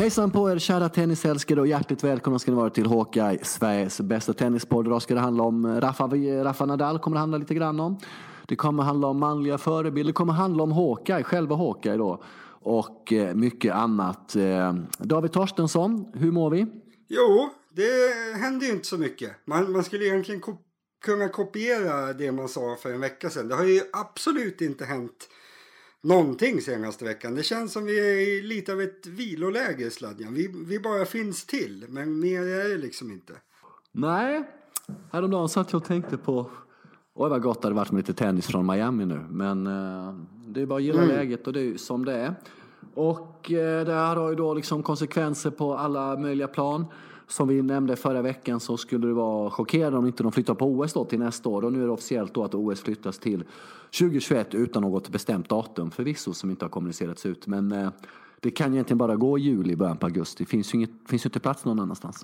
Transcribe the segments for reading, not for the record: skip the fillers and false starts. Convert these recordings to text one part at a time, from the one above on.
Hejsan på er kära tennisälskare och hjärtligt välkomna ska ni vara till Hawkeye, Sveriges bästa tennispodd. Idag ska det handla om Rafa Nadal, kommer det handla lite grann om. Det kommer handla om manliga förebilder, det kommer handla om Hawkeye, själva Hawkeye då. Och mycket annat. David Torstensson, hur mår vi? Jo, det händer ju inte så mycket. Man skulle egentligen kunna kopiera det man sa för en vecka sedan. Det har ju absolut inte hänt någonting senaste veckan. Det känns som vi är i lite av ett viloläge i Sladjan. Vi bara finns till, men mer är det liksom inte. Nej, häromdagen satt jag och tänkte på vad gott det hade varit med lite tennis från Miami nu. Men det är bara att gilla läget och det är som det är. Och det här har ju då liksom konsekvenser på alla möjliga plan. Som vi nämnde förra veckan så skulle det vara chockerande om inte de flyttar på OS då till nästa år. Och nu är det officiellt då att OS flyttas till 2021 utan något bestämt datum förvisso som inte har kommunicerats ut. Men det kan egentligen bara gå i juli, början på augusti. Det finns ju inte plats någon annanstans.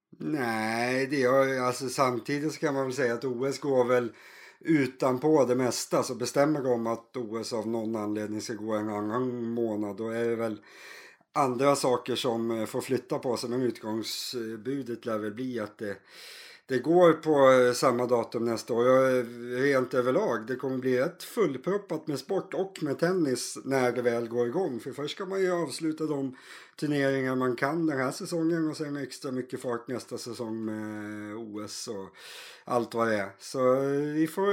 Nej, det gör alltså samtidigt så kan man väl säga att OS går väl utanpå det mesta, så bestämmer de att OS av någon anledning ska gå en annan månad, då är det väl andra saker som får flytta på sig, men utgångsbudet lär väl bli att det går på samma datum nästa år. Rent överlag, det kommer bli rätt fullproppat med sport och med tennis när det väl går igång. För först ska man ju avsluta de turneringar man kan den här säsongen och sen extra mycket fart nästa säsong med OS och allt vad det är. Så vi får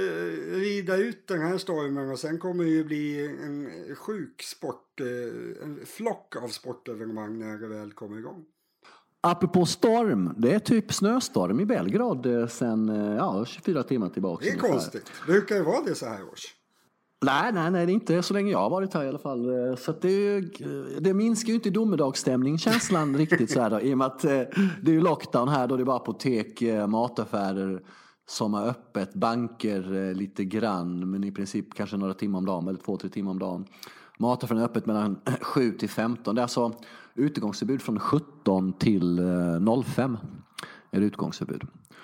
rida ut den här stormen och sen kommer det ju bli en sjuk sport, en flock av sportevenemang när det väl kommer igång. Apropå storm, det är typ snöstorm i Belgrad sen 24 timmar tillbaka. Det är ungefär konstigt. Brukar det vara det så här års? Nej, det är inte så länge jag har varit här i alla fall. Så att det minskar ju inte domedagsstämning känslan riktigt så här då. I och med att det är ju lockdown här då, det är bara apotek, mataffärer som har öppet, banker lite grann, men i princip kanske några timmar om dagen eller 2-3 timmar om dagen. Mataffären är öppet mellan 7 till 15. Det är alltså utgångsförbud från 17 till 05 är det utgångsförbud.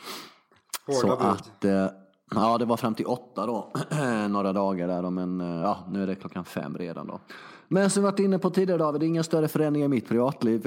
Så att ja, det var fram till 8 då, några dagar där, men ja, nu är det 5:00 redan då. Men som vi varit inne på tidigare, David, det är inga större förändringar i mitt privatliv.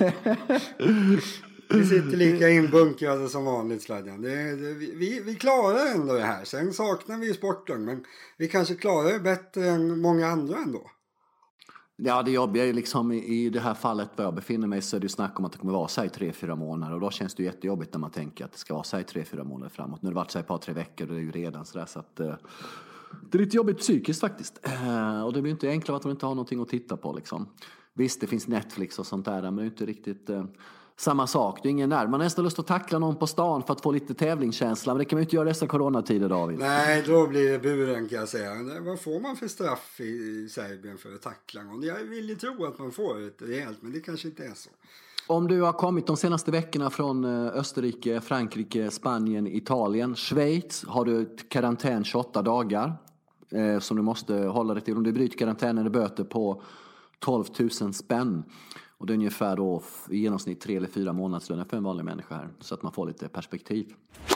Vi sitter lika inbunkade som vanligt, Sladjan. Vi klarar ändå det här. Sen saknar vi sporten, men vi kanske klarar det bättre än många andra ändå. Ja, det jobbiga är liksom i det här fallet där jag befinner mig, så är det ju snack om att det kommer vara så här 3-4 månader. Och då känns det ju jättejobbigt när man tänker att det ska vara så här 3-4 månader framåt. Nu har det varit så här ett par 3 veckor och det är ju redan så där, så att det är lite jobbigt psykiskt faktiskt. Och det blir inte enklare att man inte har någonting att titta på liksom. Visst, det finns Netflix och sånt där, men det är inte riktigt samma sak. Det är ingen när. Man har nästan lust att tackla någon på stan för att få lite tävlingskänsla, men det kan man ju inte göra dessa coronatider, David. Nej, då blir det buren, kan jag säga. Vad får man för straff i Serbien för att tackla någon? Jag vill ju tro att man får ett rejält, men det kanske inte är så. Om du har kommit de senaste veckorna från Österrike, Frankrike, Spanien, Italien, Schweiz, har du ett karantän 28 dagar som du måste hålla dig till. Om du bryter karantänen är det böter på 12 000 spänn. Och det är ungefär då i genomsnitt 3 eller 4 månadslöner för en vanlig människa här. Så att man får lite perspektiv.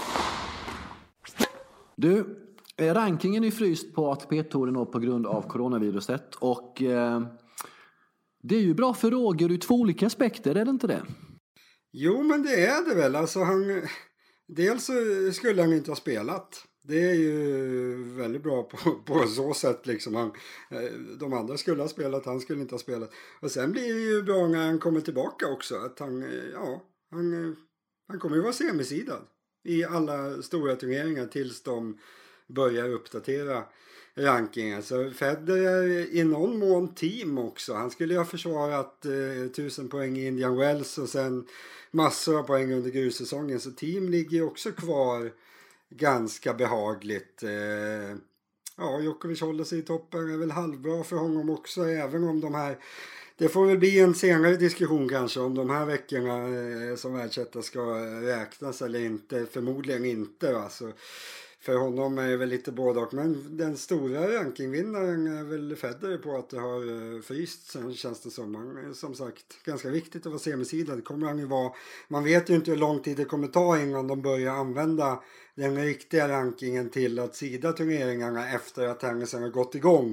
Du, rankingen är fryst på ATP-touren på grund av coronaviruset. Och det är ju bra för Roger ur 2 olika aspekter, är det inte det? Jo, men det är det väl. Alltså dels så skulle han inte ha spelat. Det är ju väldigt bra på så sätt liksom. De andra skulle ha spelat, han skulle inte ha spelat. Och sen blir det ju bra när han kommer tillbaka också. Att han kommer ju vara semisidad i alla stora turneringar tills de börjar uppdatera rankingen. Så Federer är i någon mån team också. Han skulle ju ha försvarat 1000 poäng i Indian Wells och sen massor av poäng under grussäsongen. Så team ligger ju också kvar ganska behagligt. Djokovic håller sig i toppen, är väl halvbra för honom också, även om de här, det får väl bli en senare diskussion kanske om de här veckorna som världsetta ska räknas eller inte, förmodligen inte va? Så för honom är det väl lite både och, men den stora rankingvinnaren är väl Federer på att det har fryst. Sen känns det som sagt ganska viktigt att vara semisida. Det kommer han ju vara. Man vet ju inte hur lång tid det kommer ta innan de börjar använda den riktiga rankingen till att sida turneringarna efter att tennisen har gått igång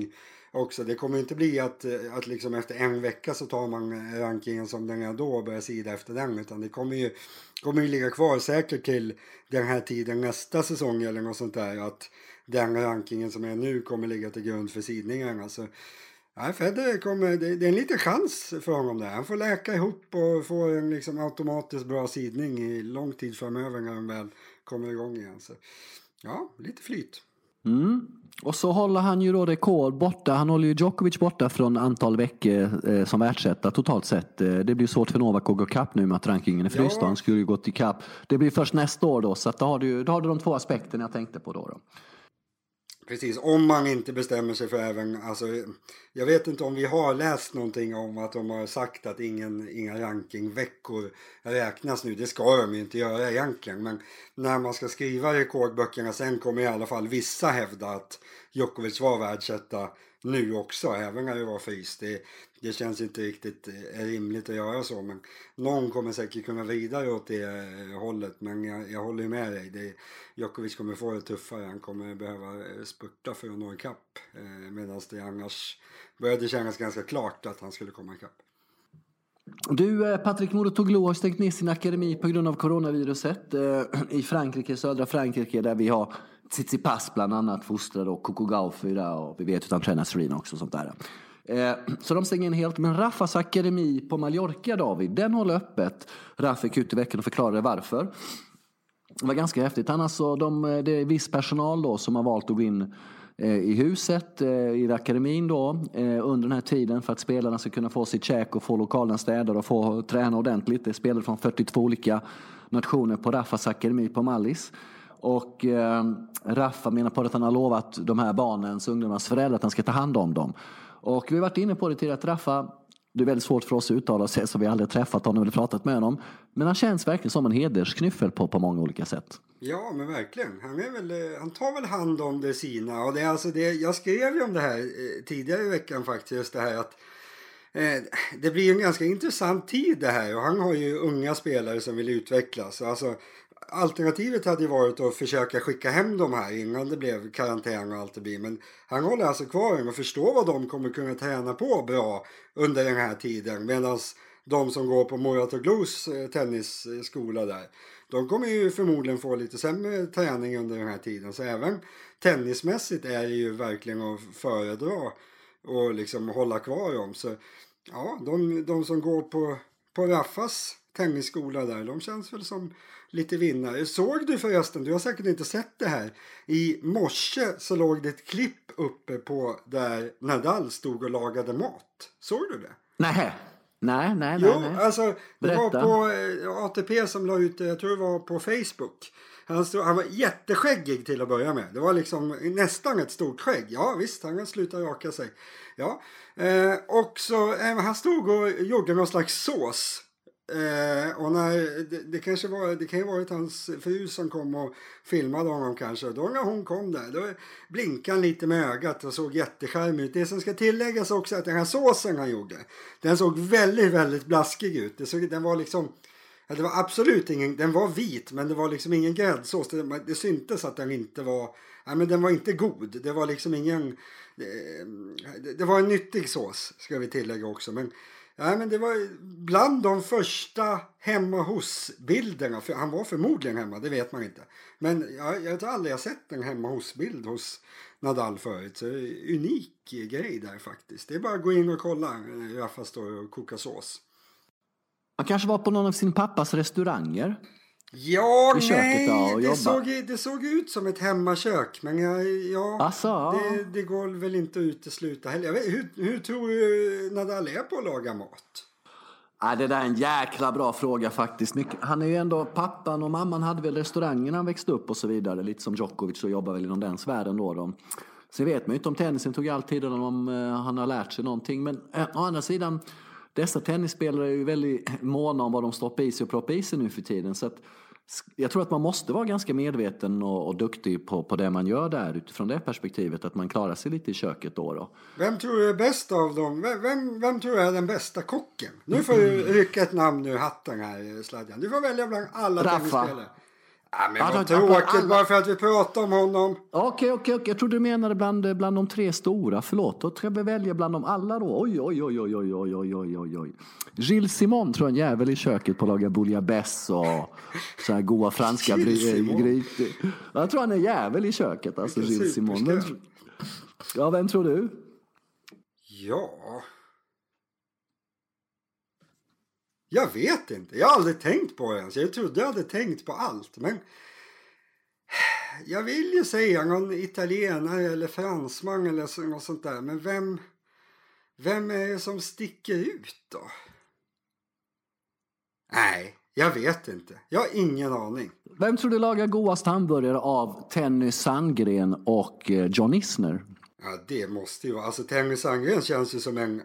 också. Det kommer inte bli att liksom efter en vecka så tar man rankingen som den är då och börjar sida efter den, utan det kommer ju ligga kvar säkert till den här tiden nästa säsong eller något sånt där, att den rankingen som är nu kommer ligga till grund för sidningarna. Så ja, Federer det är en liten chans för honom där. Han får läka ihop och få en liksom automatiskt bra sidning i lång tid framöver när han väl kommer igång igen. Så ja, lite flyt. Och så håller han ju då rekord borta. Han håller ju Djokovic borta från antal veckor som världsetta totalt sett. Det blir svårt för Novak att gå kapp nu med att rankingen är fryst. Han skulle ju gått i kapp. Det blir först nästa år då, så att då har du de två aspekterna jag tänkte på då. Precis, om man inte bestämmer sig för även, alltså, jag vet inte om vi har läst någonting om att de har sagt att inga rankingveckor räknas nu. Det ska de ju inte göra egentligen, men när man ska skriva rekordböckerna sen kommer i alla fall vissa hävda att Djokovic var världsetta nu också, även när det var fryst. Det känns inte riktigt rimligt att göra så, men någon kommer säkert kunna vidare åt det hållet. Men jag håller ju med dig. Djokovic kommer få det tuffare. Han kommer behöva spurta för att nå ikapp. Medan det annars började kännas ganska klart att han skulle komma ikapp. Du, Patrick Mouratoglou har stängt ner sin akademi på grund av coronaviruset i Frankrike, södra Frankrike, där vi har Tsitsipas bland annat fostrad och Coco Gauff där, och vi vet att han tränar Serena också och sånt där. Så de stänger in helt, men Raffas akademi på Mallorca, David, den håller öppet. Raff gick ut i veckan och förklarade varför. Det var ganska häftigt. Annars så det är viss personal då som har valt att gå in i huset i akademin då under den här tiden för att spelarna ska kunna få sitt käk och få lokalen städad och få träna ordentligt. Det är spelare från 42 olika nationer på Raffas akademi på Mallis. Och Raffa menar på att han har lovat de här barnens, ungdomarnas föräldrar att han ska ta hand om dem. Och vi har varit inne på det till att Raffa, det är väldigt svårt för oss att uttala sig så vi har aldrig träffat honom eller pratat med honom. Men han känns verkligen som en hedersknyffel på många olika sätt. Ja, men verkligen. Han tar väl hand om det sina. Och det är alltså jag skrev ju om det här tidigare i veckan faktiskt. Det här att det blir en ganska intressant tid det här. Och han har ju unga spelare som vill utvecklas. Alltså, alternativet hade ju varit att försöka skicka hem de här innan det blev karantän och allt det blir. Men han håller alltså kvar och förstår vad de kommer kunna träna på bra under den här tiden. Medan de som går på Mouratoglous tennisskola där, de kommer ju förmodligen få lite sämre träning under den här tiden. Så även tennismässigt är det ju verkligen att föredra och liksom hålla kvar dem. Så ja, de som går på Raffas tennisskola där, de känns väl som lite vinnare. Såg du förresten, du har säkert inte sett det här. I morse så låg det ett klipp uppe på där Nadal stod och lagade mat. Såg du det? Nej. Jo, alltså det var på ATP som la ut det, jag tror det var på Facebook. Han var jätteskäggig till att börja med. Det var liksom nästan ett stort skägg. Ja visst, han slutade raka sig. Ja. Och så han stod och gjorde någon slags sås. Och när det kan ju varit hans fru som kom och filmade honom kanske. Då när hon kom där, då blinkade han lite med ögat och såg jättecharmig ut. Det som ska tilläggas också är att den här såsen han gjorde, den såg väldigt, väldigt blaskig ut. Den var liksom, det var absolut ingen, den var vit men det var liksom ingen gräddsås. Det syntes att den inte var, men den var inte god. Det var liksom ingen, det var en nyttig sås ska vi tillägga också, men ja, men det var bland de första hemma hos-bilderna. För han var förmodligen hemma, det vet man inte. Men jag tror aldrig jag sett en hemma hos-bild hos Nadal förut. Så unik grej där faktiskt. Det är bara att gå in och kolla. Raffa står och kokar sås. Han kanske var på någon av sin pappas restauranger. Ja, nej, det såg ut som ett hemmakök. Men det går väl inte att utesluta heller. Hur tror du Nadal är på att laga mat? Det där är en jäkla bra fråga faktiskt. Han är ju ändå, pappan och mamman hade väl restaurangen när han växte upp och så vidare. Lite som Djokovic och jobbar väl inom den sfären då. Så vet man ju inte om tennisen tog alltid eller om han har lärt sig någonting. Men å andra sidan, dessa tennisspelare är ju väldigt måna om vad de stoppar i sig och proppar i sig nu för tiden. Så att jag tror att man måste vara ganska medveten och duktig på det man gör där utifrån det perspektivet. Att man klarar sig lite i köket då. Vem tror du är bäst av dem? Vem tror du är den bästa kocken? Nu får du rycka ett namn ur hatten här, Sladjan. Du får välja bland alla tennisspelare. Ja, men vad tråkigt bara för att vi pratar om honom. Okej. Jag trodde du menade bland de 3 stora. Förlåt, då ska vi välja bland dem alla då. Oj. Gilles Simon tror jag en jävel i köket på att laga bouillabaisse och så här goda franska grytor. Jag tror han är jävel i köket, alltså Gilles Simon. Vem tror du? Ja... Jag vet inte. Jag har aldrig tänkt på det ens. Jag trodde jag hade tänkt på allt. Men jag vill ju säga någon italienare eller fransman eller något sånt där. Men vem är det som sticker ut då? Nej, jag vet inte. Jag har ingen aning. Vem tror du lagar godast hamburgare av Tenny Sandgren och John Isner? Ja, det måste ju vara. Alltså Tenny Sandgren känns ju som en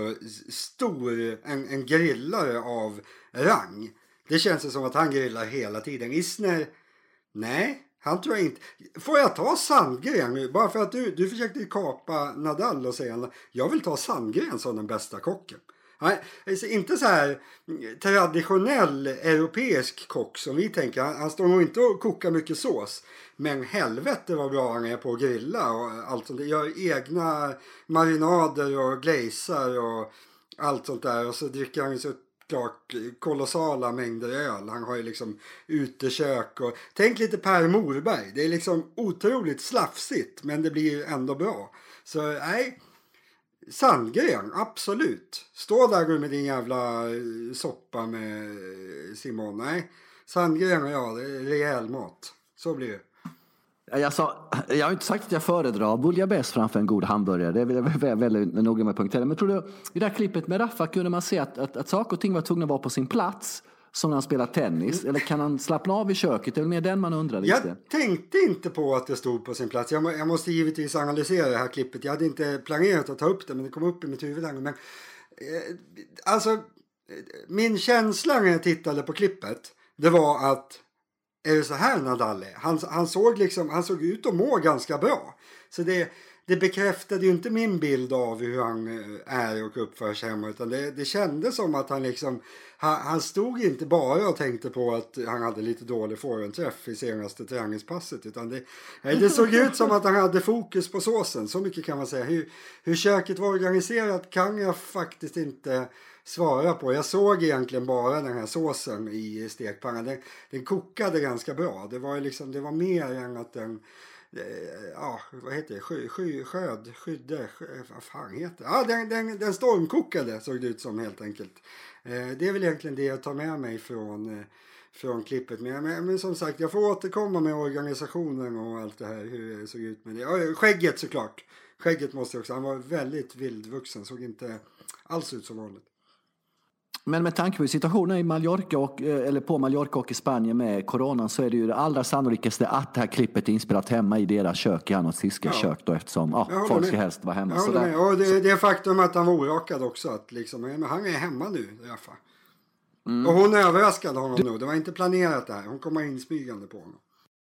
en grillare av rang. Det känns ju som att han grillar hela tiden. Isner, nej, han tror jag inte. Får jag ta Sandgren nu? Bara för att du försökte kapa Nadal och säga jag vill ta Sandgren som den bästa kocken. Nej, inte så här traditionell europeisk kock som vi tänker. Han står nog inte och kokar mycket sås. Men helvete vad bra han är på att grilla och allt sånt. Gör egna marinader och glazar och allt sånt där. Och så dricker han så klart kolossala mängder öl. Han har ju liksom utekök och... Tänk lite Per Morberg. Det är liksom otroligt slafsigt men det blir ju ändå bra. Så nej... Sandgren, absolut. Stå där med din jävla soppa med Simon. Nej, Sandgren och jag, det är rejäl mat. Så blir det. Jag har inte sagt att jag föredrar bouillabaisse framför en god hamburgare. Det är väldigt noga med punkter. Men tror du, i det här klippet med Raffa kunde man se att saker och ting var tvungna att vara på sin plats som när han spelar tennis? Eller kan han slappna av i köket? Det är väl mer den man undrar lite. Jag tänkte inte på att det stod på sin plats. Jag måste givetvis analysera det här klippet. Jag hade inte planerat att ta upp det, men det kom upp i mitt huvud. Men, alltså, min känsla när jag tittade på klippet, det var att är det så här Nadal är? Han såg ut att må ganska bra. Så det bekräftade ju inte min bild av hur han är och uppför sig hemma. Utan det kändes som att han stod inte bara och tänkte på att han hade lite dålig forenträff i senaste träningspasset. Utan det såg ut som att han hade fokus på såsen. Så mycket kan man säga. Hur köket var organiserat kan jag faktiskt inte svara på. Jag såg egentligen bara den här såsen i stekpannan. Den kokade ganska bra. Det var mer än att den... Ja, vad heter det? Skydde, vad fan heter det? Ja, den stormkokade såg det ut som helt enkelt. Det är väl egentligen det jag tar med mig från klippet. Men som sagt, jag får återkomma med organisationen och allt det här, hur det såg ut med det. Ja, skägget såklart. Skägget måste jag också. Han var väldigt vildvuxen, såg inte alls ut som vanligt. Men med tanke på situationen i på Mallorca och i Spanien med coronan så är det ju det allra sannolikaste att det här klippet är inspelat hemma i deras kök, i hans kök då, eftersom folk ska helst vara hemma. Och det faktum att han var orakad också, att liksom, han är hemma nu i alla fall. Och hon överraskade honom nu, det var inte planerat det här, hon kommer insmygande på honom.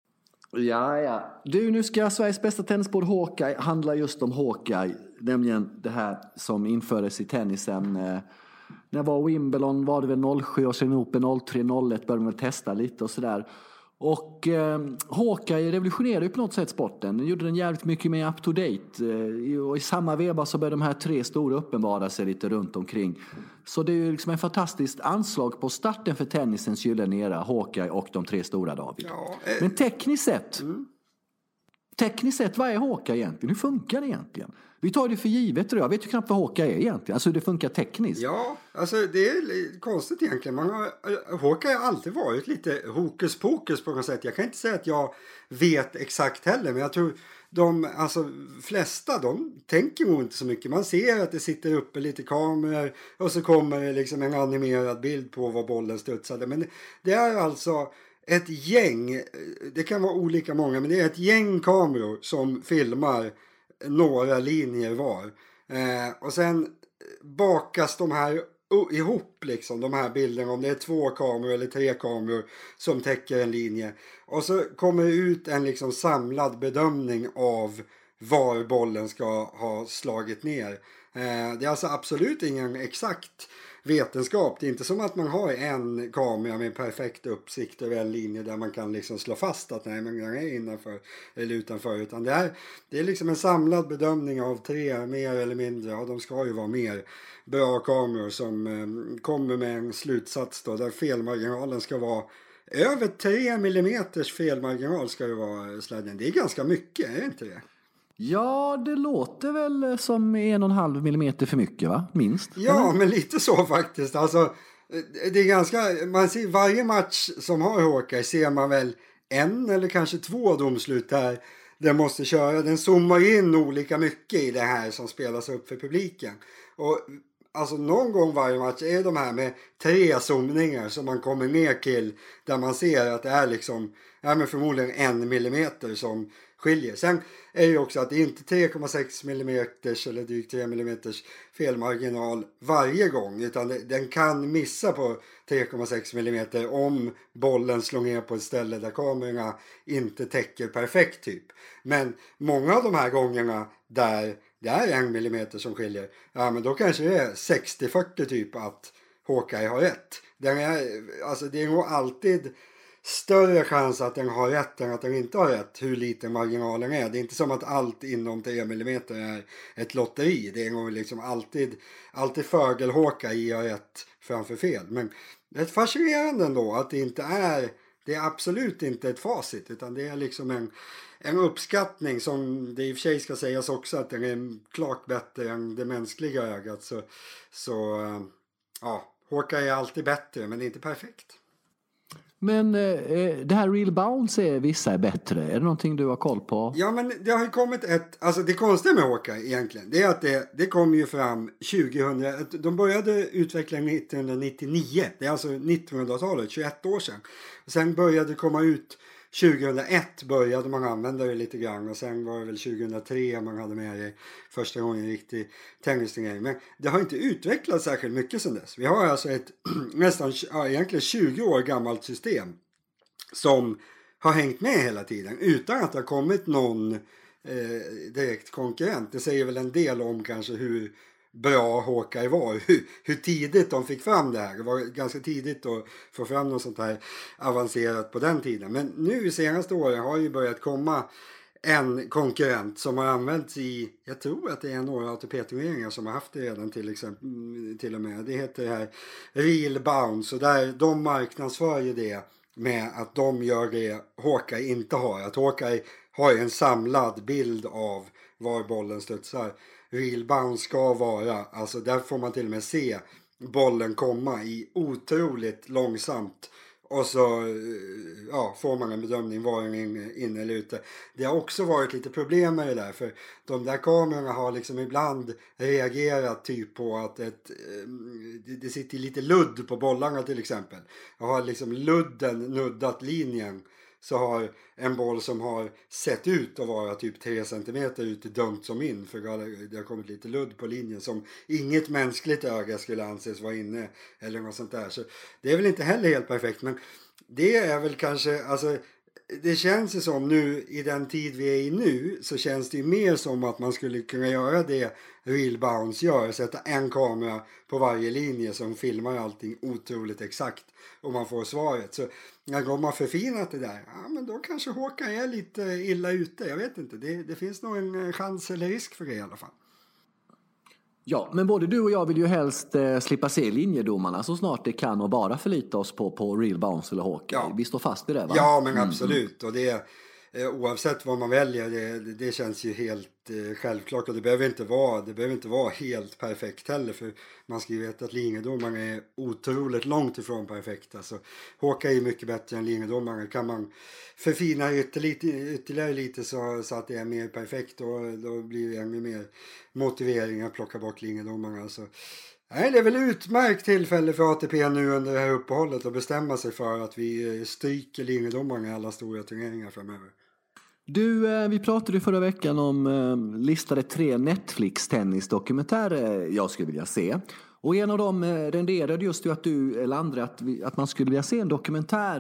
Ja. Du, nu ska Sveriges bästa tennisbord Hawkeye handla just om Hawkeye, nämligen det här som infördes i tennisen. När jag var Wimbledon var det väl 07 och sen Open 03-01 började man testa lite och sådär. Och Hawkeye revolutionerade ju på något sätt sporten. Den gjorde den jävligt mycket mer up to date. Och i samma veva så började de här 3 stora uppenbara sig lite runt omkring. Så det är ju liksom en fantastiskt anslag på starten för tennisens gyllene era, Hawkeye och de 3 stora, David. Ja, men tekniskt sett, vad är Hawkeye egentligen? Hur funkar det egentligen? Vi tar det för givet, jag vet ju knappt vad Hawkeye är egentligen. Alltså hur det funkar tekniskt. Ja, alltså det är konstigt egentligen. Hawkeye har alltid varit lite hokus pokus på något sätt. Jag kan inte säga att jag vet exakt heller. Men jag tror de flesta, de tänker nog inte så mycket. Man ser att det sitter uppe lite kameror. Och så kommer det liksom en animerad bild på vad bollen studsade. Men det är alltså ett gäng. Det kan vara olika många. Men det är ett gäng kameror som filmar några linjer var. Och sen bakas de här ihop liksom, de här bilderna, om det är 2 kameror eller 3 kameror som täcker en linje. Och så kommer det ut en liksom samlad bedömning av var bollen ska ha slagit ner. Det är alltså absolut ingen exakt vetenskap. Det är inte som att man har en kamera med perfekt uppsikt över en linje där man kan liksom slå fast att nej, men den är innanför eller utanför, utan det är liksom en samlad bedömning av 3 mer eller mindre, ja, de ska ju vara mer bra kameror som kommer med en slutsats då, där felmarginalen ska vara över 3 millimeters felmarginal ska det vara sladden. Det är ganska mycket, är det inte det? Ja, det låter väl som 1,5 millimeter för mycket, va? Minst. Ja, eller? men lite så faktiskt. Alltså, det är ganska, man ser varje match som har Hawkeye ser man väl 1 eller kanske 2 domslut där den måste köra. Den zoomar in olika mycket i det här som spelas upp för publiken. Och alltså någon gång varje match är de här med 3 zoomningar som man kommer ner till, där man ser att det är liksom, ja, men förmodligen 1 millimeter som skiljer. Sen är det ju också att det är inte 3,6 millimeters eller drygt 3 millimeters felmarginal varje gång, utan den kan missa på 3,6 millimeter om bollen slår ner på ett ställe där kamerorna inte täcker perfekt typ. Men många av de här gångerna där det är 1 millimeter som skiljer, ja, men då kanske det är 60-40 typ att Hawkeye har rätt. Alltså det är nog alltid större chans att den har rätt än att den inte har rätt, hur liten marginalen är. Det är inte som att allt inom 3 mm är ett lotteri. Det är nog liksom alltid fördel Hawkeye har rätt framför fel. Men det är fascinerande ändå att det är absolut inte ett facit, utan det är liksom en uppskattning som det i och för sig ska sägas också att den är klart bättre än det mänskliga ögat. Så Hawkeye är alltid bättre, men det är inte perfekt. Men det här real bounce är vissa är bättre. Är det någonting du har koll på? Ja, men det har ju kommit alltså det konstiga med Hawkeye egentligen, det är att det kom ju fram 2000, de började utveckla 1999, det är alltså 1900-talet, 21 år sedan. Sen började det komma ut 2001, började man använda det lite grann, och sen var det väl 2003 man hade med det första gången en riktig tennisturnering. Men det har inte utvecklats särskilt mycket sedan dess. Vi har alltså ett nästan egentligen 20 år gammalt system som har hängt med hela tiden utan att det har kommit någon direkt konkurrent. Det säger väl en del om kanske hur bra Hawkeye var, hur tidigt de fick fram det här. Det var ganska tidigt att få fram något sånt här avancerat på den tiden. Men nu i senaste åren har ju börjat komma en konkurrent som har använts i, jag tror att det är några ATP-turneringar som har haft det redan till och med. Det heter det här Real Bounce, och där de marknadsför ju det med att de gör det Hawkeye inte har. Att Hawkeye har en samlad bild av var bollen studsar. Real bounce ska vara, alltså där får man till och med se bollen komma i otroligt långsamt, och så får man en bedömning var den in eller ute. Det har också varit lite problem med det där, för de där kamerorna har liksom ibland reagerat typ på att det sitter lite ludd på bollarna till exempel. Jag har liksom ludden nuddat linjen, så har en boll som har sett ut att vara typ 3 centimeter ut dömt som in, för det har kommit lite ludd på linjen som inget mänskligt öga skulle anses vara inne eller något sånt där. Så det är väl inte heller helt perfekt, men det är väl kanske, alltså det känns ju som nu i den tid vi är i nu, så känns det ju mer som att man skulle kunna göra det Real Bounce gör, sätta en kamera på varje linje som filmar allting otroligt exakt och man får svaret. Så när de har förfinat det där, ja, men då kanske Hawkeye är lite illa ute, jag vet inte, det finns nog en chans eller risk för det i alla fall. Ja, men både du och jag vill ju helst slippa se linjedomarna så snart det kan och bara förlita oss på Real Bounce eller Hawkeye. Ja. Vi står fast vid det, va? Ja, men absolut. Och det, oavsett vad man väljer, det känns ju helt självklart. Och det behöver inte vara helt perfekt heller, för man ska ju veta att linjedomarna är otroligt långt ifrån perfekta. Så Hawkeye är mycket bättre än linjedomarna. Kan man förfina ytterligare lite så att det är mer perfekt, och då blir det ännu mer motivering att plocka bort linjedomarna. Så nej, det är väl utmärkt tillfälle för ATP nu under det här uppehållet att bestämma sig för att vi stryker linjedomarna i alla stora turneringar framöver. Du, vi pratade förra veckan om listade 3 Netflix-tennisdokumentärer jag skulle vilja se. Och en av dem renderade just att du eller andra att man skulle vilja se en dokumentär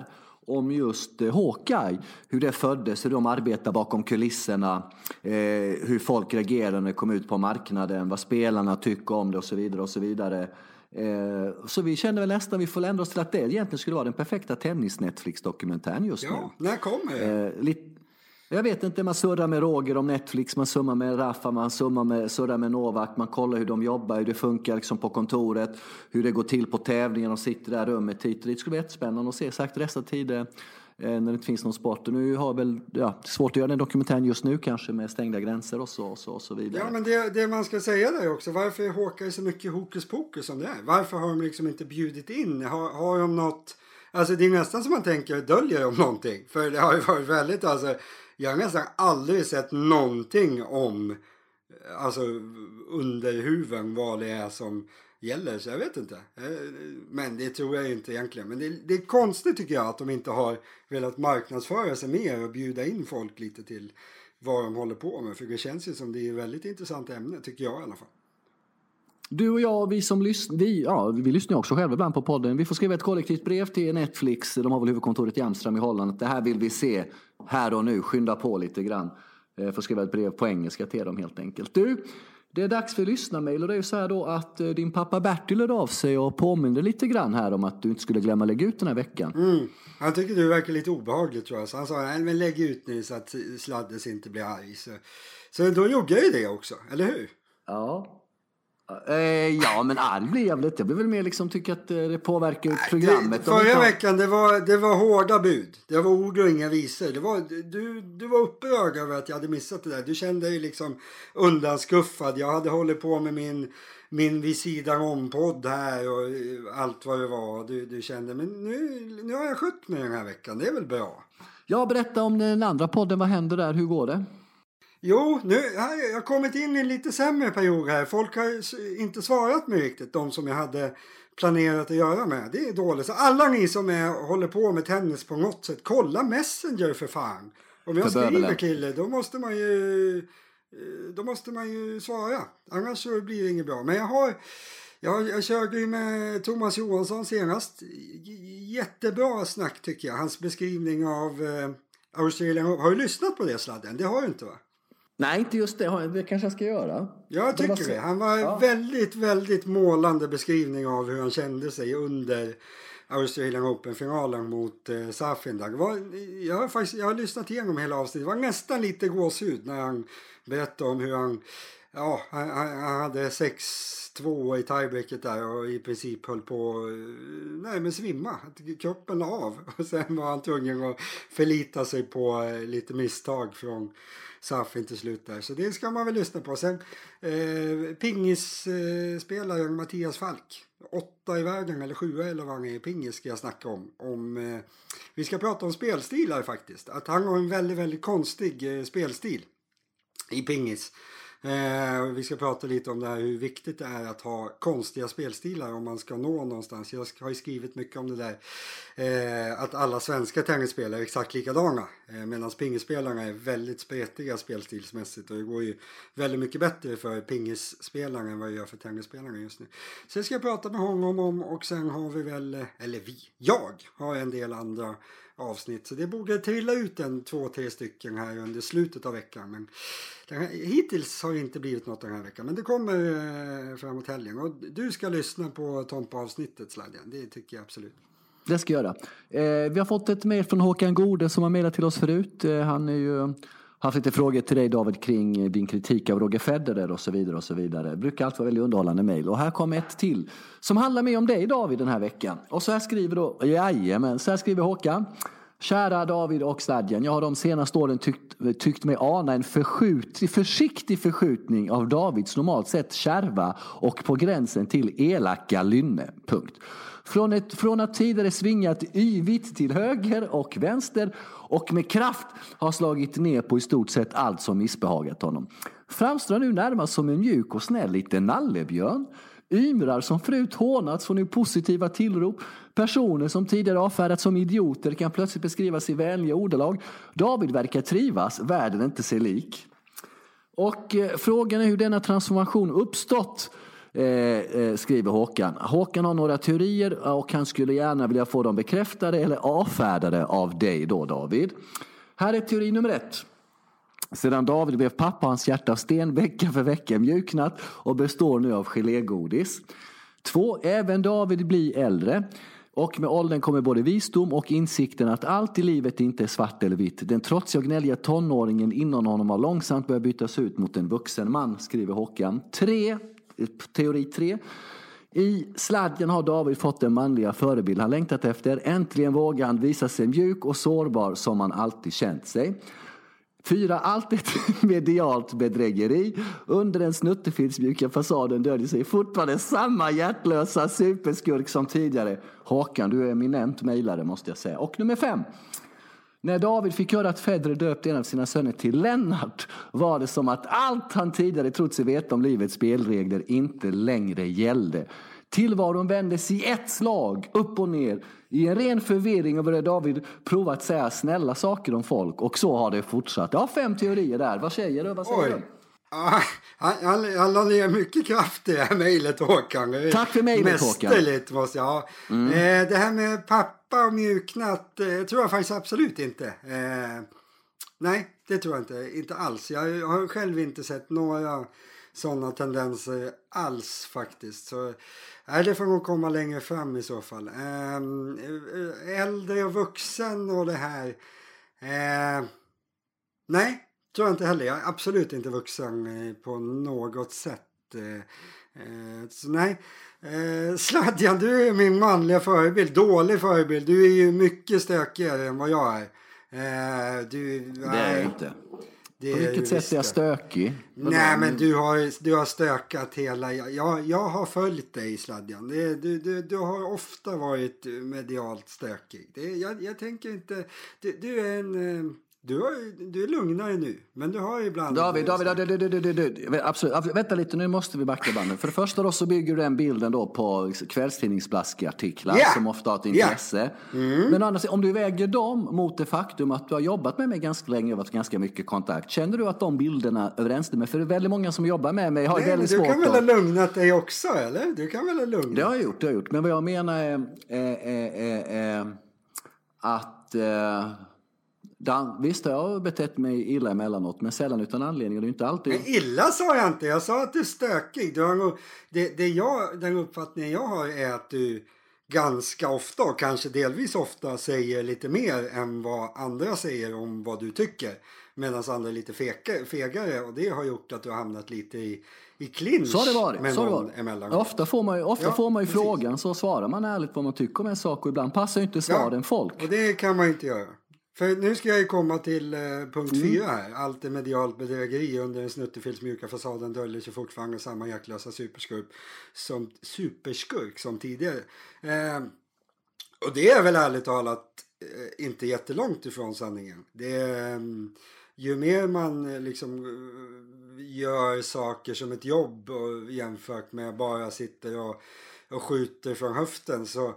om just Hawkeye, hur det föddes, hur de arbetar bakom kulisserna, hur folk reagerar när det kom ut på marknaden, vad spelarna tycker om det och så vidare och så vidare. Så vi kände väl nästan vi får ändra oss till att det egentligen skulle vara den perfekta tennis-Netflix-dokumentären just nu. Ja, när kommer det? Jag vet inte, man surrar med Roger om Netflix, man summar med Rafa, man surrar med Novak, man kollar hur de jobbar, hur det funkar liksom på kontoret, hur det går till på tävlingen, och sitter där rummet hit. Det skulle bli jättespännande att se sagt resten av tiden när det inte finns någon sport. Och nu har väl svårt att göra den dokumentären just nu kanske med stängda gränser och så vidare. Ja, men det man ska säga där också, varför är Hawkeye så mycket hokus pokus som det är? Varför har de liksom inte bjudit in? Har de något, alltså det är nästan som man tänker döljer om någonting, för det har ju varit väldigt, alltså jag har nästan aldrig sett någonting om alltså underhuven vad det är som gäller, så jag vet inte. Men det tror jag inte egentligen. Men det är konstigt tycker jag att de inte har velat marknadsföra sig mer och bjuda in folk lite till vad de håller på med. För det känns ju som det är ett väldigt intressant ämne, tycker jag i alla fall. Du och jag, vi som lyssnar, vi lyssnar också själva ibland på podden. Vi får skriva ett kollektivt brev till Netflix. De har väl huvudkontoret i Amsterdam i Holland. Det här vill vi se här och nu. Skynda på lite grann. Får skriva ett brev på engelska till dem helt enkelt. Du, det är dags för lyssnarmail. Och det är ju så här då att din pappa Bertil hörde av sig och påminner lite grann här om att du inte skulle glömma lägga ut den här veckan. Han tycker du verkar lite obehagligt tror jag. Så han sa, nej men lägg ut nu så att Sladdes inte blir arg. Så då gjorde jag ju det också, eller hur? Ja. Ja, men arg blev jag lite. Jag blev väl mer liksom tycker att det påverkar programmet. Förra veckan det var hårda bud. Det var ord och inga visor. Du var upprörd över att jag hade missat det där. Du kände dig liksom undanskuffad. Jag hade hållit på med min vid sidan om podd här och allt vad det var. Du kände, men nu har jag skött mig den här veckan. Det är väl bra. Ja, berätta om den andra podden. Vad händer där? Hur går det? Jo, nu har jag kommit in i en lite sämre period här. Folk har inte svarat mig riktigt, de som jag hade planerat att göra med. Det är dåligt. Så alla ni som håller på med tennis på något sätt, kolla Messenger för fan. Om jag skriver kille, då måste man ju svara. Annars så blir det inget bra. Men jag körde ju med Thomas Johansson senast. Jättebra snack tycker jag. Hans beskrivning av Australien. Har du lyssnat på det, Sladden? Det har du inte, va? Nej, inte just det. Det kanske jag ska göra. Jag tycker det. Han var väldigt, väldigt målande beskrivning av hur han kände sig under Australian Open-finalen mot Safin. Jag har lyssnat igenom hela avsnittet. Det var nästan lite gåshud när han berättade om hur han hade 6-2 i tiebreaket där och i princip höll på svimma. Kroppen la av. Och sen var han tvungen att förlita sig på lite misstag från Safin till slut där. Så det ska man väl lyssna på. Sen pingisspelaren Mattias Falk. 8 i världen eller 7 eller vad han är i pingis ska jag snacka om. Vi ska prata om spelstilar faktiskt. Att han har en väldigt, väldigt konstig spelstil i pingis. Vi ska prata lite om det här, hur viktigt det är att ha konstiga spelstilar om man ska nå någonstans. Jag har ju skrivit mycket om det där. Att alla svenska tennisspelare är exakt likadana. Medan pingisspelarna är väldigt spretiga spelstilsmässigt. Och det går ju väldigt mycket bättre för pingisspelarna än vad det gör för tennisspelarna just nu. Så ska jag prata med honom om, och sen har vi väl, jag har en del andra avsnitt. Så det borde trilla ut 2-3 stycken här under slutet av veckan. Men hittills har det inte blivit något den här veckan. Men det kommer framåt helgen. Och du ska lyssna på Tompa-avsnittet, Sladden. Det tycker jag absolut. Det ska jag göra. Vi har fått ett mejl från Håkan Gode som har mejlat till oss förut. Han är ju haft lite frågor till dig, David, kring din kritik av Roger Federer och så vidare och så vidare. Det brukar alltid vara väldigt underhållande mejl. Och här kommer ett till som handlar mer om dig, David, den här veckan. Och så här skriver Håkan. Kära David och Sladden, jag har de senaste åren tyckt mig ana en försiktig förskjutning av Davids normalt sett kärva och på gränsen till elaka lynne. Punkt. Från att tidigare svingat yvigt till höger och vänster och med kraft har slagit ner på i stort sett allt som missbehagat honom. Framstår nu närmast som en mjuk och snäll liten nallebjörn. Ymrar som förut hånats får nu positiva tillrop. Personer som tidigare avfärdats som idioter kan plötsligt beskrivas i vänliga ordalag. David verkar trivas, världen inte sig lik. Och frågan är hur denna transformation uppstått. skriver Håkan. Håkan har några teorier och han skulle gärna vilja få dem bekräftade eller avfärdade av dig då, David. Här är teori nummer 1. Sedan David blev pappa har hans hjärta av sten vecka för vecka mjuknat och består nu av gelégodis. 2. Även David blir äldre. Och med åldern kommer både visdom och insikten att allt i livet inte är svart eller vitt. Den trotsiga och gnälliga tonåringen inom honom har långsamt börjat bytas ut mot en vuxen man, skriver Håkan. Teori 3. I sladden har David fått den manliga förebild han längtat efter. Äntligen vågar han visa sig mjuk och sårbar som han alltid känt sig. 4. Allt ett medialt bedrägeri. Under den snuttefilsmjuka fasaden döljer sig fortfarande samma hjärtlösa superskurk som tidigare. Håkan, du är eminent mejlare måste jag säga. Och nummer 5. När David fick höra att Federer döpt en av sina söner till Lennart var det som att allt han tidigare trott sig veta om livets spelregler inte längre gällde. Tillvaron vändes i ett slag, upp och ner. I en ren förvirring och började David prova att säga snälla saker om folk. Och så har det fortsatt. Jag har 5 teorier där. Vad säger du? Han la ner mycket kraft i det här mejlet, Håkan. Tack för mejlet, Håkan. Mästerligt måste jag ha. Det här med pappa och mjuknat tror jag faktiskt absolut inte. Nej, det tror jag inte. Inte alls. Jag har själv inte sett några sådana tendenser alls faktiskt. Så det får nog komma längre fram i så fall. Äldre och vuxen och det här. Nej, tror jag inte heller. Jag är absolut inte vuxen på något sätt. Så nej. Sladjan, du är min manliga förebild. Dålig förebild. Du är ju mycket stökigare än vad jag är. Det är jag inte. På vilket sätt är jag stökig? Nej, men du har stökat hela... Jag har följt dig, Sladjan. Du har ofta varit medialt stökig. Jag tänker inte... Du är en... Du är lugnare nu, men du har ibland... David, absolut. Vänta lite, nu måste vi backa bandet. För det första då så bygger du den bilden då på kvällstidningsblaskartiklar som ofta har ett intresse. Men annars, om du väger dem mot det faktum att du har jobbat med mig ganska länge och varit ganska mycket kontakt, känner du att de bilderna överensstämmer? För det är väldigt många som jobbar med mig har väldigt svårt. Du kan väl ha lugnat dig också, eller? Du kan väl ha lugnat? Det har jag gjort. Men vad jag menar är att... visst, jag har betett mig illa emellanåt, men sällan utan anledning. Det är inte alltid... Men illa sa jag inte. Jag sa att du är stökig. Den uppfattningen jag har är att du ganska ofta och kanske delvis ofta säger lite mer än vad andra säger om vad du tycker. Medan andra är lite fegare, och det har gjort att du har hamnat lite i clinch. Så har det varit. Ofta får man ju frågan, så svarar man ärligt vad man tycker om en sak, och ibland passar ju inte svaren folk. Och det kan man inte göra. För nu ska jag ju komma till punkt 4 här. Allt är medialt bedrägeri. Under en snuttefilsmjuka fasaden döljer sig fortfarande samma hjärtlösa superskurk som tidigare. Och det är väl ärligt talat inte jättelångt ifrån sanningen. Ju mer man liksom gör saker som ett jobb och jämfört med bara sitter och skjuter från höften, så...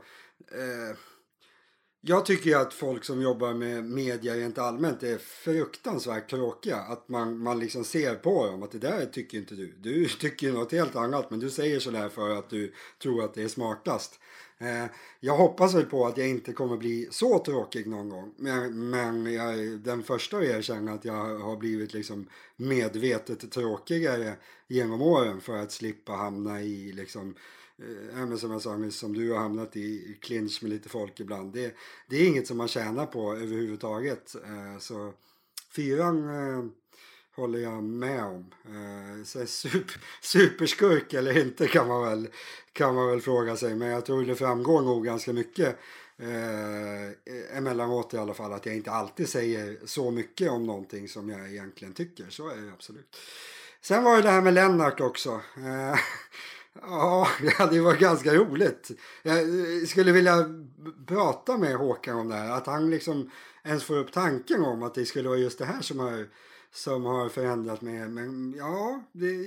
Jag tycker att folk som jobbar med media rent allmänt är fruktansvärt tråkiga. Att man liksom ser på dem att det där tycker inte du. Du tycker något helt annat, men du säger så där för att du tror att det är smartast. Jag hoppas väl på att jag inte kommer bli så tråkig någon gång. Men jag är den första att erkänna att jag har blivit liksom medvetet tråkigare genom åren för att slippa hamna i liksom... Men som jag sa, som du har hamnat i clinch med lite folk ibland. Det är inget som man tjänar på överhuvudtaget. Så 4 håller jag med om. Så superskurk eller inte kan man väl fråga sig. Men jag tror det framgår nog ganska mycket emellanåt i alla fall, att jag inte alltid säger så mycket om någonting som jag egentligen tycker. Så är det absolut. Sen var det här med Lennart också. Ja, det var ganska roligt. Jag skulle vilja prata med Håkan om det här. Att han liksom ens får upp tanken om att det skulle vara just det här som har förändrat mig. Men ja,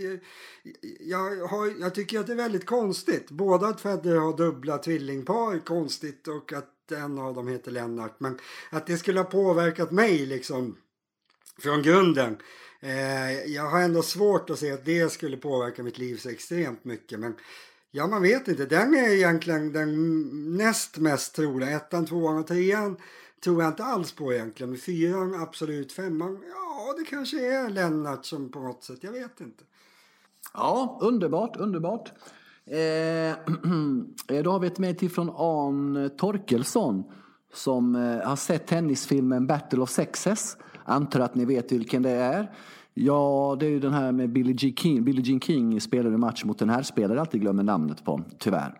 jag tycker att det är väldigt konstigt. Både att Federer har dubbla tvillingpar, konstigt, och att en av dem heter Lennart. Men att det skulle ha påverkat mig liksom från grunden. Jag har ändå svårt att se att det skulle påverka mitt liv så extremt mycket. Men ja, man vet inte. Den är egentligen den näst mest troliga. 1, 2 och 3 tror jag inte alls på egentligen. 4, absolut. 5, ja, det kanske är Lennart som på något sätt. Jag vet inte. Ja, underbart. Då har vi ett mejl till från Arn Torkelsson som har sett tennisfilmen Battle of Sexes. Antar att ni vet vilken det är. Ja, det är ju den här med Billie Jean King spelade match mot den här spelare, alltid glömmer namnet på, tyvärr.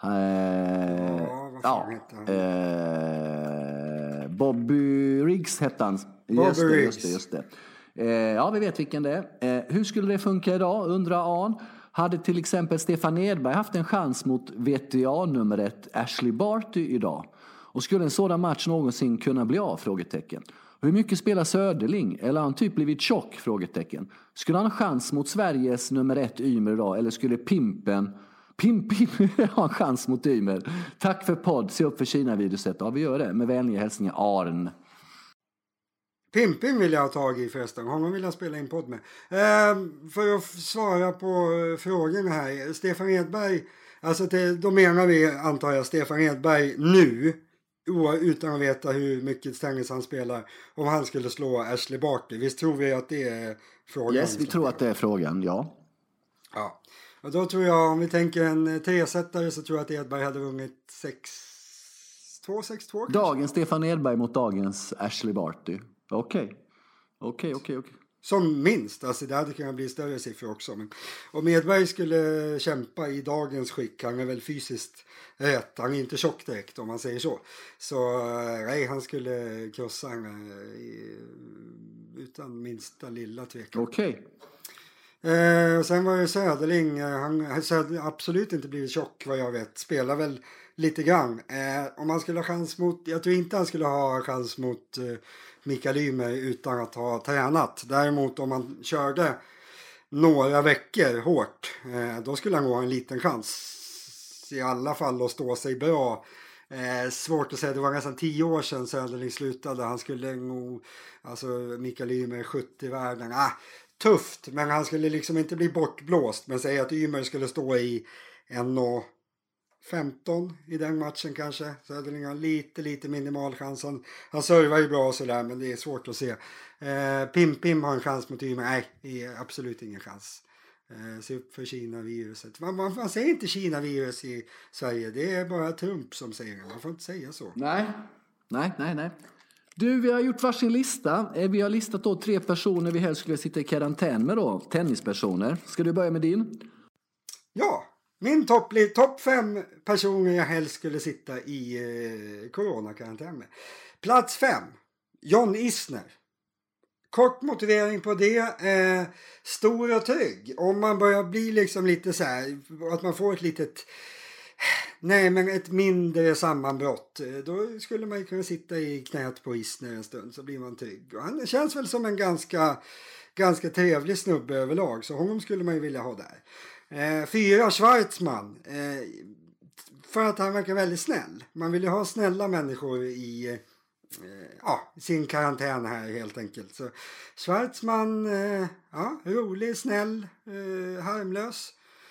Bobby Riggs hette han. Just det. Ja, vi vet vilken det är. Hur skulle det funka idag, undrar Arn. Hade till exempel Stefan Edberg haft en chans mot VTA-nummer 1 Ashley Barty idag? Och skulle en sådan match någonsin kunna bli av? Frågetecken. Hur mycket spelar Söderling? Eller har han typ blivit tjock? Frågetecken. Skulle han ha chans mot Sveriges nummer 1 Ymer idag? Eller skulle Pimpen ha en chans mot Ymer? Tack för podd. Se upp för Kina-viruset. Ja, vi gör det. Med vänliga hälsningar, Arn. Pimpin vill jag ha tag i förresten. Honom vill jag spela in podd med. För att svara på frågan här. Stefan Edberg. Alltså då menar vi, antar jag, Stefan Edberg nu. Utan att veta hur mycket tennis han spelar. Om han skulle slå Ashley Barty. Visst tror vi att det är frågan? Yes, vi tror att det är frågan, ja. Ja. Och då tror jag, om vi tänker en 3-sättare, så tror jag att Edberg hade vunnit 6-2 kanske. Dagens Stefan Edberg mot dagens Ashley Barty. Okej. Som minst, alltså det hade kunnat bli större siffror också. Men om Edberg skulle kämpa i dagens skick, han är väl fysiskt rätt, han är inte tjock direkt om man säger så. Så nej, han skulle krossa utan minsta lilla tvekan. Okej. Och sen var det Söderling, han hade absolut inte blivit tjock vad jag vet, spelar väl lite grann. Om han skulle ha chans mot, jag tror inte han skulle ha chans mot Mikael Ymer utan att ha tränat. Däremot om man körde några veckor hårt, då skulle han ha en liten chans i alla fall att stå sig bra. Svårt att säga, det var nästan 10 år sedan Söderling slutade. Han skulle nog, alltså Mikael Ymer 70 världen. Tufft, men han skulle liksom inte bli bortblåst. Men säga att Ymer skulle stå i 1,15 i den matchen kanske. Söderling har lite minimal chans. Han servar ju bra och sådär, men det är svårt att se. Pim har en chans mot Ymer. Nej, det är absolut ingen chans. Se upp för Kina-viruset. Man säger inte Kina-virus i Sverige. Det är bara Trump som säger det. Man får inte säga så. Nej. Du, vi har gjort varsin lista. Vi har listat då 3 personer vi helst skulle sitta i karantän med då. Tennispersoner. Ska du börja med din? Ja, min topp 5 personer jag helst skulle sitta i coronakarantän med. Plats 5. John Isner. Kort motivering på det. Stor och trygg. Om man börjar bli liksom lite så här, att man får ett litet... Nej, men ett mindre sammanbrott. Då skulle man kunna sitta i knät på Isner en stund, så blir man trygg. Och han känns väl som en ganska trevlig snubbe överlag, så honom skulle man ju vilja ha där. 4, Schwartzman. För att han verkar väldigt snäll. Man vill ju ha snälla människor i sin karantän här helt enkelt. Så Schwartzman, rolig, snäll, harmlös.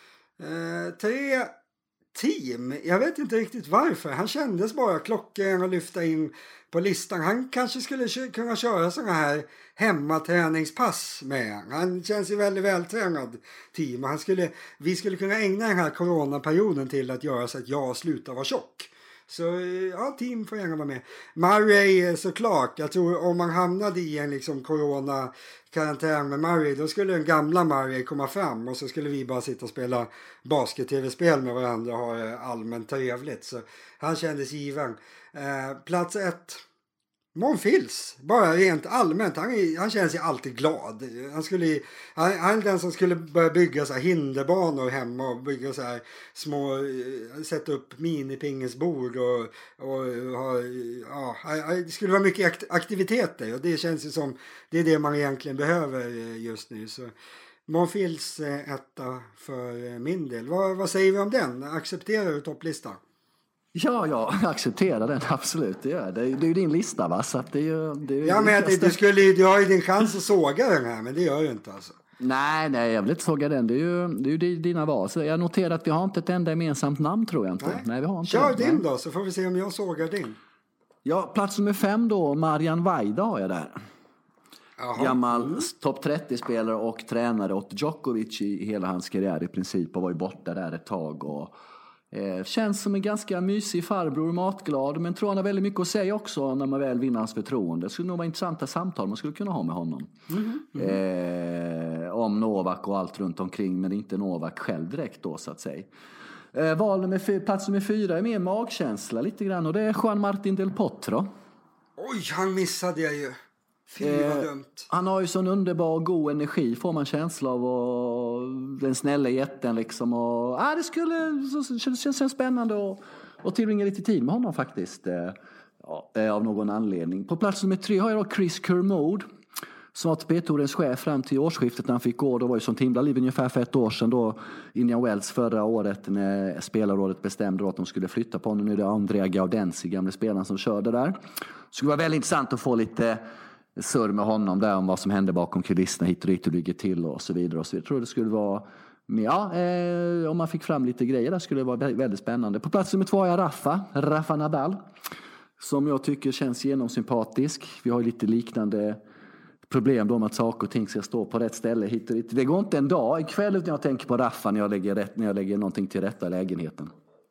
3, Team. Jag vet inte riktigt varför. Han kändes bara klockren att lyfta in på listan. Han kanske skulle kunna köra såna här hemmaträningspass med. Han känns ju väldigt vältränad, Team. Vi skulle kunna ägna den här coronaperioden till att göra så att jag slutar vara tjock. Så ja, Team får gärna vara med. Murray såklart. Jag tror om man hamnade i en liksom corona-karantän med Murray, då skulle den gamla Murray komma fram och så skulle vi bara sitta och spela basket-tv-spel med varandra och ha det allmänt trevligt. Så han kändes given. Plats 1. Monfils, bara rent allmänt, han känns ju alltid glad. Han är den som skulle börja bygga så här hinderbanor hemma och bygga så här små, sätta upp minipingesbord och det skulle vara mycket aktiviteter och det känns ju som det är det man egentligen behöver just nu. Så Monfils etta för min del. Vad säger vi om den? Accepterar du topplistan? Ja, jag accepterar den absolut. Det är ju din lista, va? Så att det är ju Ja, men du har ju din chans att såga den här, men det gör du inte alltså. Nej, jag vill inte såga den. Det är ju dina val. Så jag noterar att vi har inte ett enda gemensamt namn, tror jag inte. Nej vi har inte. Kör din då, så får vi se om jag sågar din. Ja, plats nummer 5 då. Marian Vajda har jag där. Jaha. Gammal topp 30-spelare och tränare åt Djokovic i hela hans karriär i princip. Och var ju borta där ett tag och... känns som en ganska mysig farbror, matglad, men tror han har väldigt mycket att säga också när man väl vinner hans förtroende. Det skulle nog vara intressanta samtal man skulle kunna ha med honom. Om Novak och allt runt omkring, men inte Novak själv direkt då, så att säga. Plats nummer 4 är mer magkänsla lite grann, och det är Juan Martín del Potro. Oj, han missade jag ju. Vad dumt. Han har ju sån underbar god energi, får man känsla av, och den snälla jätten liksom, och det känns spännande att tillbringa lite tid med honom faktiskt, av någon anledning. På plats nummer 3 har jag då Chris Kermode, som var ATP-tourens chef fram till årsskiftet när han fick gå. Då var ju som Timberliv ungefär för ett år sedan då, Indian Wells förra året, när spelarrådet bestämde att de skulle flytta på honom. Nu är det Andrea Gaudenzi, gamla spelaren, som körde där. Det skulle vara väldigt intressant att få lite surr med honom där om vad som hände bakom kulisserna, hit och dit och ligger till och så vidare och så vidare. Jag tror det skulle vara, om man fick fram lite grejer där skulle det vara väldigt spännande. På plats nummer 2 har jag Rafa Nadal, som jag tycker känns genomsympatisk. Vi har ju lite liknande problem då med att saker och ting ska stå på rätt ställe hit och dit. Det går inte en dag ikväll utan jag tänker på Rafa när jag lägger någonting till rätta i lägenheten.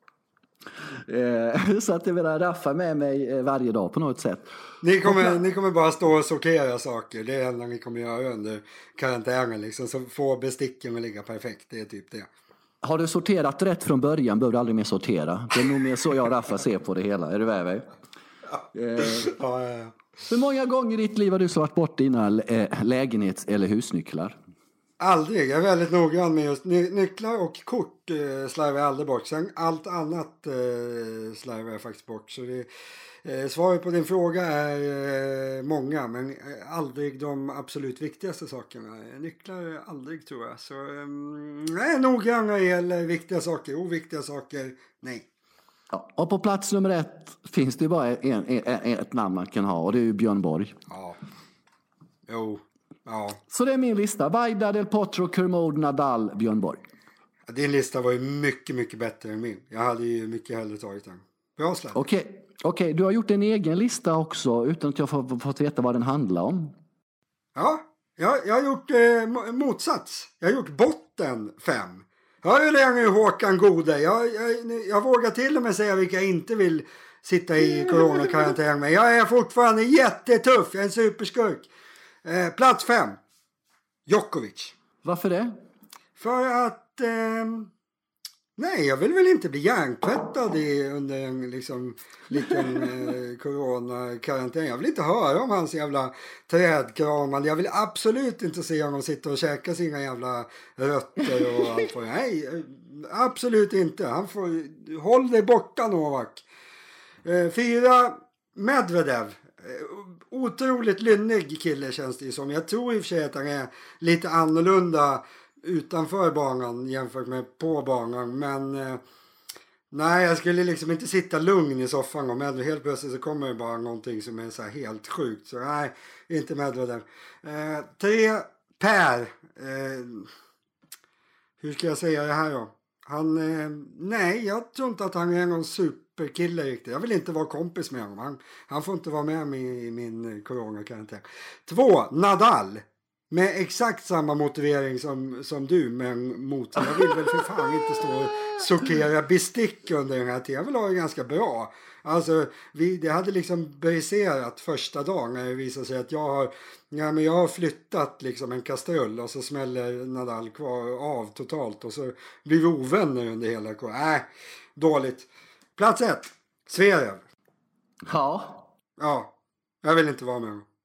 Så att det vill Raffa med mig varje dag på något sätt. Ni kommer bara stå och sortera saker. Det är det enda ni kommer göra under karantänen liksom. Så få besticken att ligga perfekt. Det är typ det. Har du sorterat rätt från början behöver du aldrig mer sortera. Det är nog mer så jag och Raffa ser på det hela. Är du med mig? Ja. Hur många gånger i ditt liv har du slagit bort dina lägenhets- eller husnycklar? Aldrig. Jag är väldigt noggrann med just nycklar och kort slarvar jag aldrig bort. Sen allt annat slarvar jag faktiskt bort. Så svaret på din fråga är många, men aldrig de absolut viktigaste sakerna. Nycklar aldrig, tror jag. Så nej, noggrann när det gäller viktiga saker. Oviktiga saker, nej. Ja, och på plats nummer 1 finns det bara ett namn man kan ha, och det är ju Björn Borg. Ja. Jo. Ja. Så det är min lista. Vajda, Del Potro, Kermode, Nadal, Björn Borg. Din lista var ju mycket, mycket bättre än min. Jag hade ju mycket hellre tagit den. Bra slag. Okej, du har gjort en egen lista också utan att jag fått veta vad den handlar om. Ja, jag har gjort motsats. Jag har gjort botten 5. Hör du det nu, Håkan Gode? Jag vågar till och med säga vilka jag inte vill sitta i coronakarantän med. Jag är fortfarande jättetuff. Jag är en superskurk. Plats 5. Djokovic. Varför det? För att... nej, jag vill väl inte bli hjärntvättad under en liksom, liten coronakarantän. Jag vill inte höra om hans jävla trädkramande. Jag vill absolut inte se honom sitta och käka sina jävla rötter och allt vad. Nej, absolut inte. Håll dig borta, Novak. 4. Medvedev. Otroligt lynnig kille känns det som. Jag tror i och för sig att han är lite annorlunda utanför banan jämfört med på banan. Men nej, jag skulle liksom inte sitta lugn i soffan. Och helt plötsligt så kommer det bara någonting som är så här helt sjukt. Så nej, inte Medvedev. 3. Per. Hur ska jag säga det här då? Nej, jag tror inte att han är någon superkille riktigt. Jag vill inte vara kompis med honom. Han får inte vara med mig i min coronakarantän. 2. Nadal. Med exakt samma motivering som du, men jag vill väl för fan inte stå och sortera bestick under den här tiden. Jag vill ha det ganska bra. Alltså, det hade liksom briserat första dagen när det visade sig att jag har flyttat liksom en kastrull och så smäller Nadal av totalt och så blir vi ovänner under hela dåligt. Plats 1. Zverev. Ja. Ja, jag vill inte vara med honom.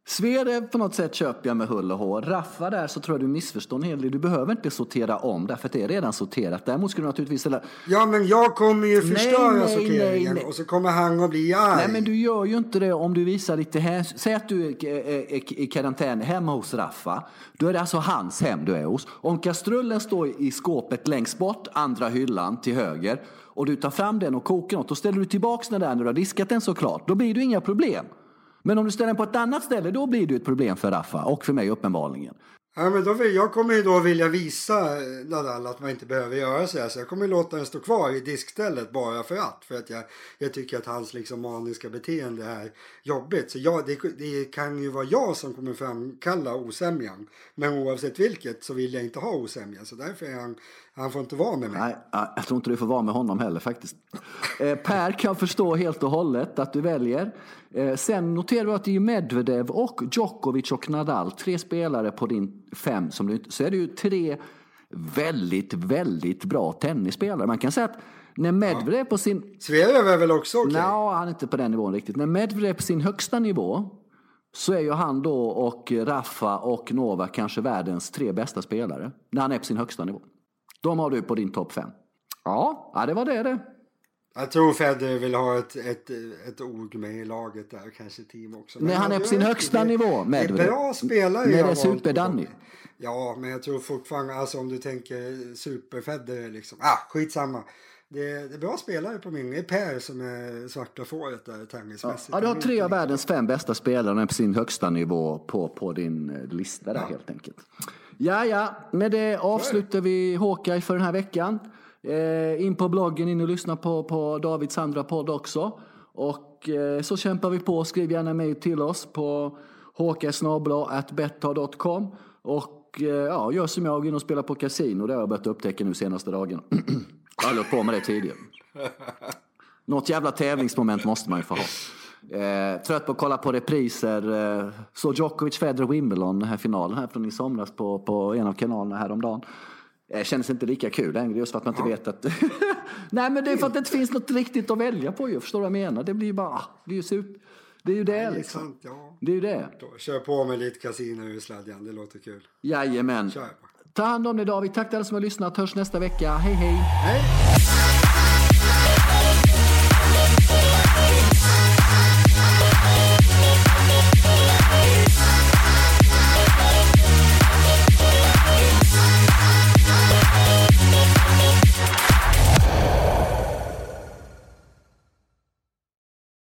Zverev på något sätt köper jag med hull och hår. Rafa där så tror jag du missförstår en hel del. Du behöver inte sortera om därför att det är redan sorterat. Däremot skulle du naturligtvis ställa... Ja, men jag kommer ju förstöra sorteringen nej. Och så kommer han att bli arg. Nej, men du gör ju inte det om du visar lite hänsyn. Säg att du är i karantän hemma hos Rafa. Då är det alltså hans hem du är hos. Om kastrullen står i skåpet längst bort, andra hyllan till höger, och du tar fram den och kokar något, då ställer du tillbaka den där när du har diskat den såklart. Då blir det inga problem. Men om du ställer den på ett annat ställe, då blir det ett problem för Rafa och för mig uppenbarligen. Ja, men jag kommer ju då vilja visa Nadal att man inte behöver göra så här. Så jag kommer låta den stå kvar i diskstället bara för att jag tycker att hans liksom maniska beteende är jobbigt. Så det kan ju vara jag som kommer framkalla osämjan. Men oavsett vilket så vill jag inte ha osämjan. Så därför är han får inte vara med mig. Nej, jag tror inte du får vara med honom heller faktiskt. Per kan förstå helt och hållet att du väljer. Sen noterar du att det är Medvedev och Djokovic och Nadal. 3 spelare på din 5. Så är det ju 3 väldigt, väldigt bra tennisspelare. Man kan säga att när Medvedev på sin... Zverev är väl också okej? Nej, han är inte på den nivån riktigt. När Medvedev på sin högsta nivå så är ju han då och Rafa och Novak kanske världens 3 bästa spelare. När han är på sin högsta nivå. De har du på din topp 5. Ja, det var det. Jag tror Federer vill ha ett ord med i laget där, kanske team också. Men han är på sin högsta nivå med det. Är bra spelare. Med det super-Danny. Ja, men jag tror fortfarande, alltså om du tänker super-Federer liksom. Skitsamma. Det är bra spelare på min. Det är Per som är svarta fåret där tennismässigt. Ja, du har 3 av världens 5 bästa spelare på sin högsta nivå på din lista där helt enkelt. Ja, med det avslutar vi Hawkeye för den här veckan. In på bloggen, in och lyssna på Davids andra podd också. Och så kämpar vi på. Skriv gärna mejl till oss på hawkeye@betthard.com. Och gör som jag, gå in och spela på kasino. Det har jag börjat upptäcka nu senaste dagen. Jag har hållit på med det tidigare. Något jävla tävlingsmoment måste man ju få ha. Trött på att kolla på repriser. Så Djokovic, Federer, Wimbledon, den här finalen här från i somras på en av kanalerna häromdagen. Känns inte lika kul längre just för att man inte vet att... Nej, men det är för att det inte finns något riktigt att välja på ju. Förstår du vad jag menar? Det blir ju bara... Det är ju super... Det är ju det liksom. Sant, ja. Det är ju det. Kör på med lite kasino i sladjan. Det låter kul. Jajamän. Ta hand om dig David. Tack till alla som har lyssnat. Hörs nästa vecka. Hej. Hej.